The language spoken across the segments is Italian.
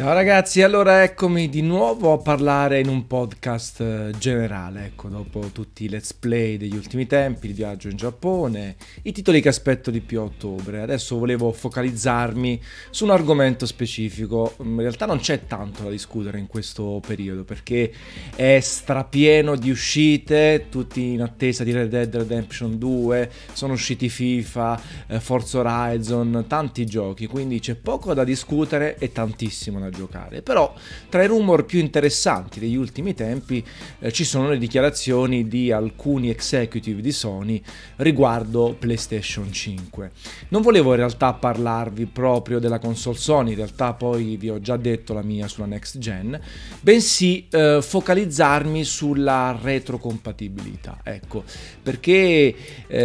Ciao ragazzi, allora eccomi di nuovo a parlare in un podcast generale, ecco, dopo tutti i let's play degli ultimi tempi, il viaggio in Giappone, i titoli che aspetto di più a ottobre. Adesso volevo focalizzarmi su un argomento specifico. In realtà non c'è tanto da discutere in questo periodo perché è strapieno di uscite, tutti in attesa di Red Dead Redemption 2, sono usciti FIFA, Forza Horizon, tanti giochi, quindi c'è poco da discutere e tantissimo da giocare. Però tra i rumor più interessanti degli ultimi tempi ci sono le dichiarazioni di alcuni executive di Sony riguardo PlayStation 5. Non volevo in realtà parlarvi proprio della console Sony, in realtà poi vi ho già detto la mia sulla next gen, bensì focalizzarmi sulla retrocompatibilità, ecco, perché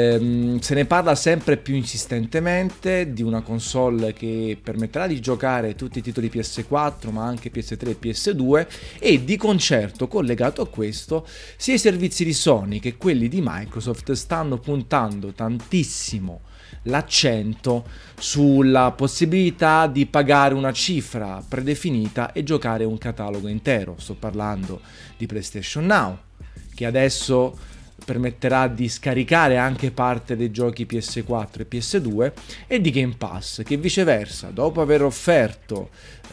se ne parla sempre più insistentemente di una console che permetterà di giocare tutti i titoli PS4 ma anche PS3 e PS2, e di concerto collegato a questo sia i servizi di Sony che quelli di Microsoft stanno puntando tantissimo l'accento sulla possibilità di pagare una cifra predefinita e giocare un catalogo intero. Sto parlando di PlayStation Now, che adesso permetterà di scaricare anche parte dei giochi PS4 e PS2, e di Game Pass, che viceversa, dopo aver offerto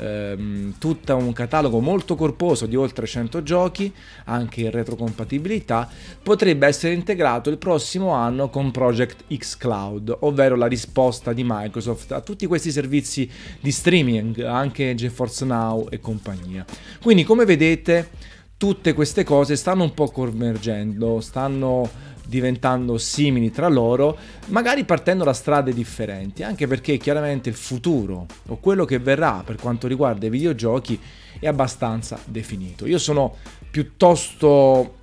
tutto un catalogo molto corposo di oltre 100 giochi, anche in retrocompatibilità, potrebbe essere integrato il prossimo anno con Project X Cloud, ovvero la risposta di Microsoft a tutti questi servizi di streaming, anche GeForce Now e compagnia. Quindi, come vedete, tutte queste cose stanno un po' convergendo, stanno diventando simili tra loro, magari partendo da strade differenti, anche perché chiaramente il futuro o quello che verrà per quanto riguarda i videogiochi è abbastanza definito. Io sono piuttosto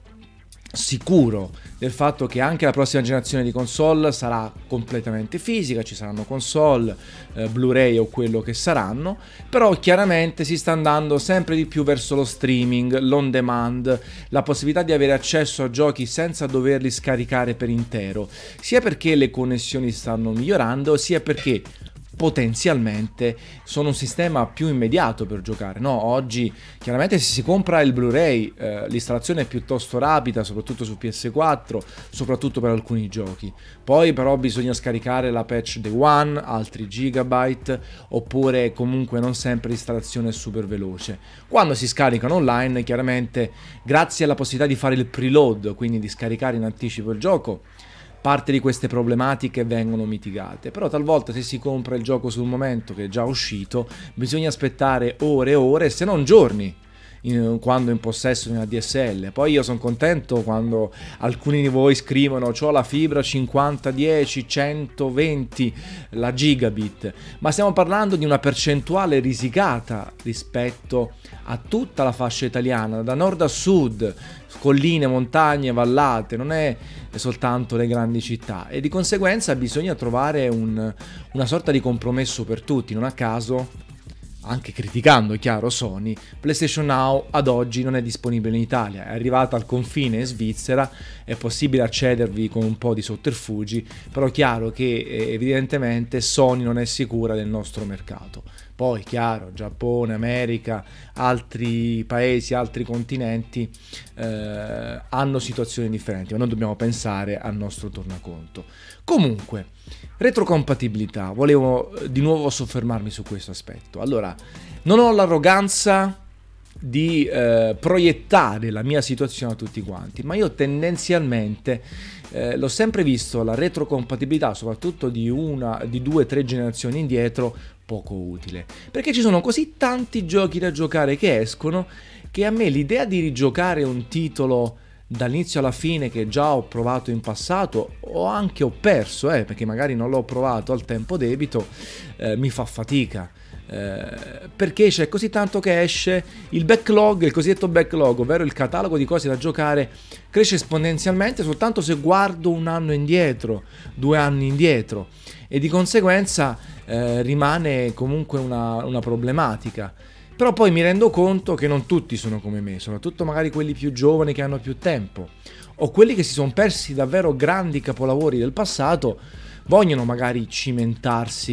sicuro del fatto che anche la prossima generazione di console sarà completamente fisica, ci saranno console, Blu-ray o quello che saranno, però chiaramente si sta andando sempre di più verso lo streaming, l'on demand, la possibilità di avere accesso a giochi senza doverli scaricare per intero, sia perché le connessioni stanno migliorando, sia perché potenzialmente sono un sistema più immediato per giocare, no? Oggi chiaramente se si compra il Blu-ray l'installazione è piuttosto rapida, soprattutto su PS4, soprattutto per alcuni giochi. Poi però bisogna scaricare la patch day one, altri gigabyte, oppure comunque non sempre l'installazione è super veloce. Quando si scaricano online, chiaramente grazie alla possibilità di fare il preload, quindi di scaricare in anticipo il gioco, parte di queste problematiche vengono mitigate. Però talvolta se si compra il gioco sul momento che è già uscito, bisogna aspettare ore e ore, se non giorni, quando in possesso di una DSL. Poi io sono contento quando alcuni di voi scrivono c'ho la fibra 5010 120 la gigabit, ma stiamo parlando di una percentuale risicata rispetto a tutta la fascia italiana, da nord a sud, colline, montagne, vallate, non è soltanto le grandi città, e di conseguenza bisogna trovare una sorta di compromesso per tutti. Non a caso, anche criticando, è chiaro, Sony, PlayStation Now ad oggi non è disponibile in Italia, è arrivata al confine in Svizzera, è possibile accedervi con un po' di sotterfugi, però è chiaro che evidentemente Sony non è sicura del nostro mercato. Poi, chiaro, Giappone, America, altri paesi, altri continenti hanno situazioni differenti, ma noi dobbiamo pensare al nostro tornaconto. Comunque, retrocompatibilità, volevo di nuovo soffermarmi su questo aspetto. Allora, non ho l'arroganza di proiettare la mia situazione a tutti quanti, ma io tendenzialmente l'ho sempre visto la retrocompatibilità, soprattutto di 2-3 generazioni indietro, poco utile, perché ci sono così tanti giochi da giocare che escono, che a me l'idea di rigiocare un titolo dall'inizio alla fine che già ho provato in passato o anche ho perso, perché magari non l'ho provato al tempo debito, mi fa fatica. Perché c'è così tanto che esce, il backlog, il cosiddetto backlog, ovvero il catalogo di cose da giocare, cresce esponenzialmente soltanto se guardo un anno indietro, 2 anni indietro, e di conseguenza rimane comunque una problematica. Però poi mi rendo conto che non tutti sono come me, soprattutto magari quelli più giovani che hanno più tempo, o quelli che si sono persi davvero grandi capolavori del passato, vogliono magari cimentarsi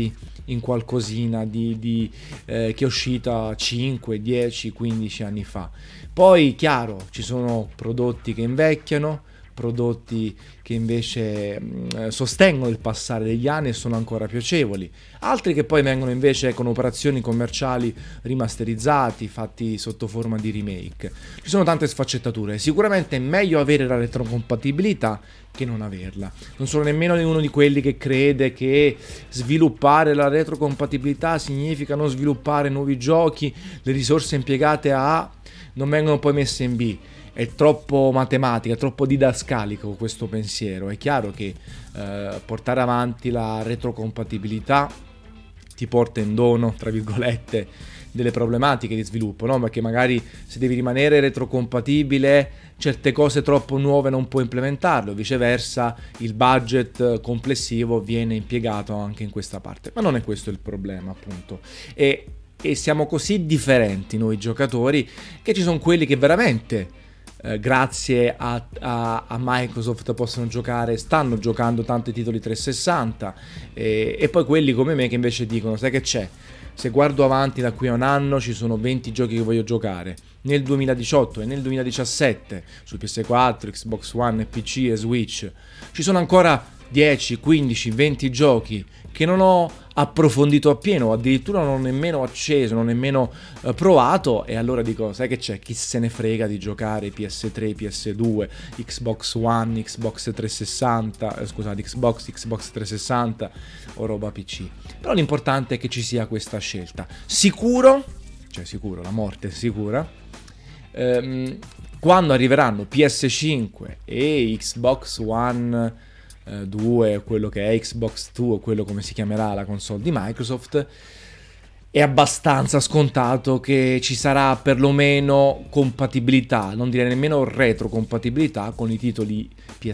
in qualcosina che è uscita 5, 10, 15 anni fa. Poi, chiaro, ci sono prodotti che invecchiano, prodotti che invece sostengono il passare degli anni e sono ancora piacevoli, altri che poi vengono invece con operazioni commerciali rimasterizzati, fatti sotto forma di remake. Ci sono tante sfaccettature, sicuramente è meglio avere la retrocompatibilità che non averla. Non sono nemmeno uno di quelli che crede che sviluppare la retrocompatibilità significa non sviluppare nuovi giochi, le risorse impiegate a A non vengono poi messe in B. È troppo matematica, è troppo didascalico questo pensiero. È chiaro che portare avanti la retrocompatibilità ti porta in dono, tra virgolette, delle problematiche di sviluppo, no? Perché magari se devi rimanere retrocompatibile, certe cose troppo nuove non puoi implementarle, o viceversa il budget complessivo viene impiegato anche in questa parte. Ma non è questo il problema, appunto. E siamo così differenti noi giocatori che ci sono quelli che veramente grazie a Microsoft stanno giocando tanti titoli 360 e poi quelli come me che invece dicono: sai che c'è? Se guardo avanti da qui a un anno ci sono 20 giochi che voglio giocare nel 2018 e nel 2017 su PS4, Xbox One, PC e Switch. Ci sono ancora 10, 15, 20 giochi che non ho approfondito appieno, addirittura non ho nemmeno acceso, non ho nemmeno provato, e allora dico: sai che c'è? Chi se ne frega di giocare PS3, PS2, Xbox One, Xbox 360, Xbox 360 o roba PC. Però l'importante è che ci sia questa scelta. Sicuro, la morte è sicura, quando arriveranno PS5 e Xbox One 2, quello che è Xbox 2 o quello come si chiamerà la console di Microsoft, è abbastanza scontato che ci sarà perlomeno compatibilità, non direi nemmeno retrocompatibilità con i titoli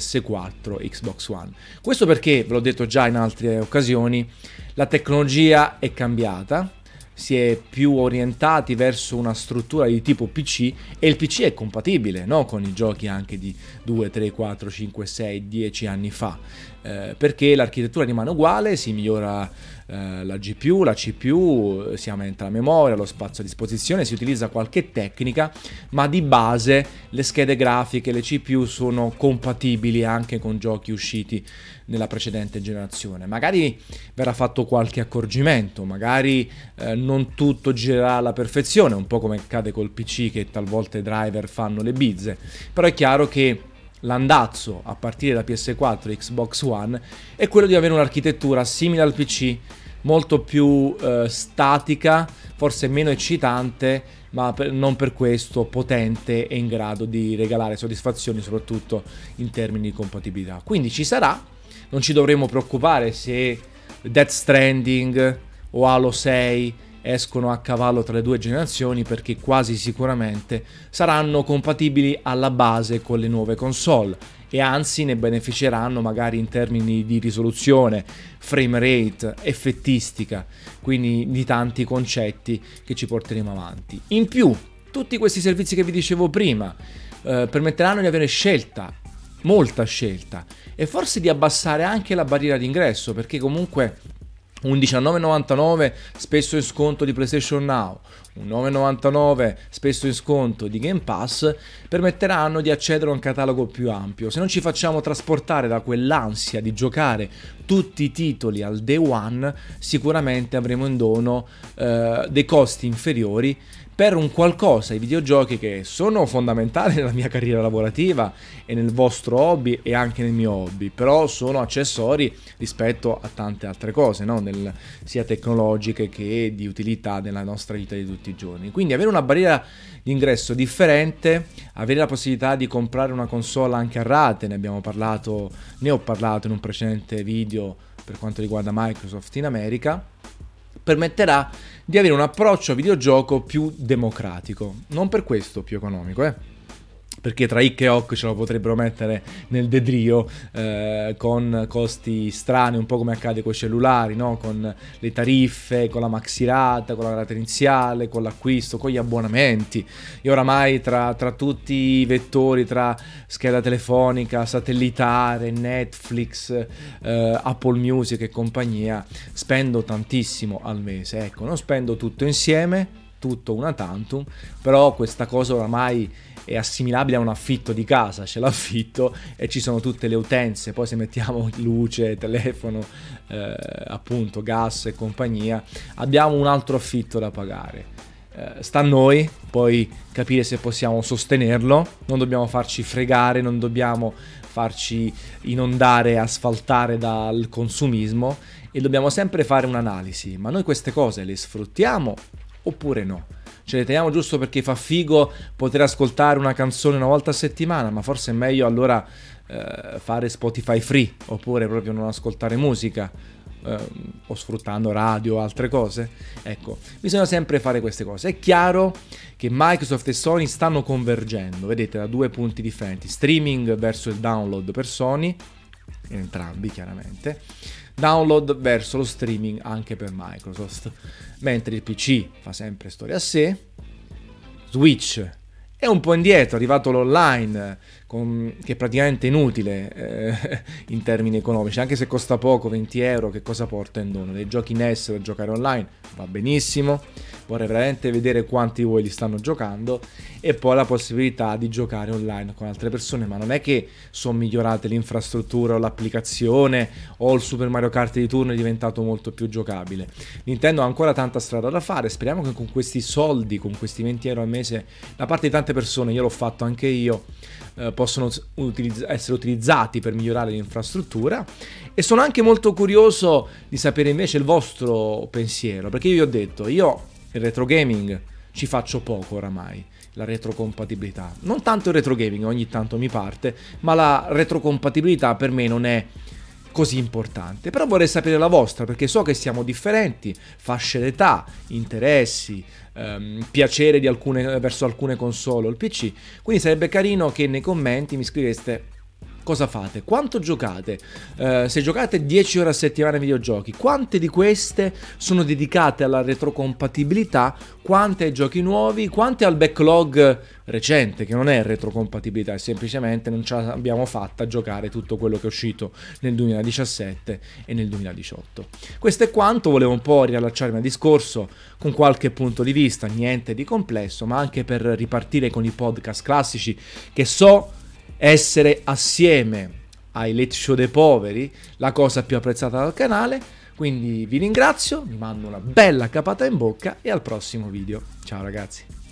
PS4 e Xbox One. Questo perché, ve l'ho detto già in altre occasioni, la tecnologia è cambiata, si è più orientati verso una struttura di tipo PC e il PC è compatibile, no? Con i giochi anche di 2, 3, 4, 5, 6, 10 anni fa, perché l'architettura rimane uguale, si migliora la GPU, la CPU, si aumenta la memoria, lo spazio a disposizione, si utilizza qualche tecnica, ma di base le schede grafiche, le CPU sono compatibili anche con giochi usciti nella precedente generazione. Magari verrà fatto qualche accorgimento, magari non tutto girerà alla perfezione, un po' come accade col PC che talvolta i driver fanno le bizze, però è chiaro che l'andazzo a partire da PS4 e Xbox One è quello di avere un'architettura simile al PC, molto più statica, forse meno eccitante, ma non per questo potente e in grado di regalare soddisfazioni, soprattutto in termini di compatibilità. Quindi ci sarà, non ci dovremo preoccupare se Death Stranding o Halo 6 escono a cavallo tra le due generazioni, perché quasi sicuramente saranno compatibili alla base con le nuove console e anzi ne beneficeranno magari in termini di risoluzione, frame rate, effettistica, quindi di tanti concetti che ci porteremo avanti. In più, tutti questi servizi che vi dicevo prima permetteranno di avere scelta, molta scelta, e forse di abbassare anche la barriera d'ingresso, perché comunque un 19,99 spesso in sconto di PlayStation Now, un 9,99 spesso in sconto di Game Pass permetteranno di accedere a un catalogo più ampio. Se non ci facciamo trasportare da quell'ansia di giocare tutti i titoli al day one, sicuramente avremo in dono dei costi inferiori per un qualcosa, i videogiochi che sono fondamentali nella mia carriera lavorativa e nel vostro hobby e anche nel mio hobby, però sono accessori rispetto a tante altre cose, no? Sia tecnologiche che di utilità nella nostra vita di tutti i giorni. Quindi avere una barriera di ingresso differente, avere la possibilità di comprare una console anche a rate, ne ho parlato in un precedente video per quanto riguarda Microsoft in America, permetterà di avere un approccio a videogioco più democratico, non per questo più economico, perché tra Hic e Hoc ce lo potrebbero mettere nel dedrio con costi strani, un po' come accade con i cellulari, no? Con le tariffe, con la maxirata, con la rata iniziale, con l'acquisto, con gli abbonamenti. E oramai tra tutti i vettori, tra scheda telefonica, satellitare, Netflix, Apple Music e compagnia, spendo tantissimo al mese. Ecco, non spendo tutto insieme, tutto una tantum, però questa cosa oramai è assimilabile a un affitto di casa, c'è l'affitto e ci sono tutte le utenze, poi se mettiamo luce, telefono, appunto gas e compagnia, abbiamo un altro affitto da pagare. Sta a noi poi capire se possiamo sostenerlo, non dobbiamo farci fregare, non dobbiamo farci inondare e asfaltare dal consumismo e dobbiamo sempre fare un'analisi, ma noi queste cose le sfruttiamo oppure no? Ce le teniamo giusto perché fa figo poter ascoltare una canzone una volta a settimana, ma forse è meglio allora fare Spotify free oppure proprio non ascoltare musica o sfruttando radio o altre cose. Ecco, bisogna sempre fare queste cose. È chiaro che Microsoft e Sony stanno convergendo, vedete, da due punti differenti: streaming verso il download per Sony, entrambi chiaramente, download verso lo streaming anche per Microsoft, mentre il PC fa sempre storia a sé. Switch è un po' indietro, è arrivato l'online che è praticamente inutile in termini economici, anche se costa poco, 20 euro, che cosa porta in dono? Dei giochi NES per giocare online, va benissimo, vorrei veramente vedere quanti di voi li stanno giocando, e poi la possibilità di giocare online con altre persone, ma non è che sono migliorate l'infrastruttura o l'applicazione o il Super Mario Kart di turno è diventato molto più giocabile. Nintendo ha ancora tanta strada da fare, speriamo che con questi soldi, con questi 20 euro al mese, da parte di tante persone, io l'ho fatto anche io, possono essere utilizzati per migliorare l'infrastruttura. E sono anche molto curioso di sapere invece il vostro pensiero, perché io vi ho detto, io il retro gaming ci faccio poco oramai, la retrocompatibilità, non tanto il retro gaming, ogni tanto mi parte, ma la retrocompatibilità per me non è così importante. Però vorrei sapere la vostra, perché so che siamo differenti, fasce d'età, interessi, piacere verso alcune console o il PC, quindi sarebbe carino che nei commenti mi scriveste cosa fate, quanto giocate, se giocate 10 ore a settimana ai videogiochi, quante di queste sono dedicate alla retrocompatibilità, quante ai giochi nuovi, quante al backlog recente, che non è retrocompatibilità, è semplicemente non ce l'abbiamo fatta a giocare tutto quello che è uscito nel 2017 e nel 2018. Questo è quanto, volevo un po' riallacciarmi al discorso con qualche punto di vista, niente di complesso, ma anche per ripartire con i podcast classici che so essere, assieme ai late show dei poveri, la cosa più apprezzata dal canale. Quindi vi ringrazio, vi mando una bella capata in bocca e al prossimo video. Ciao ragazzi.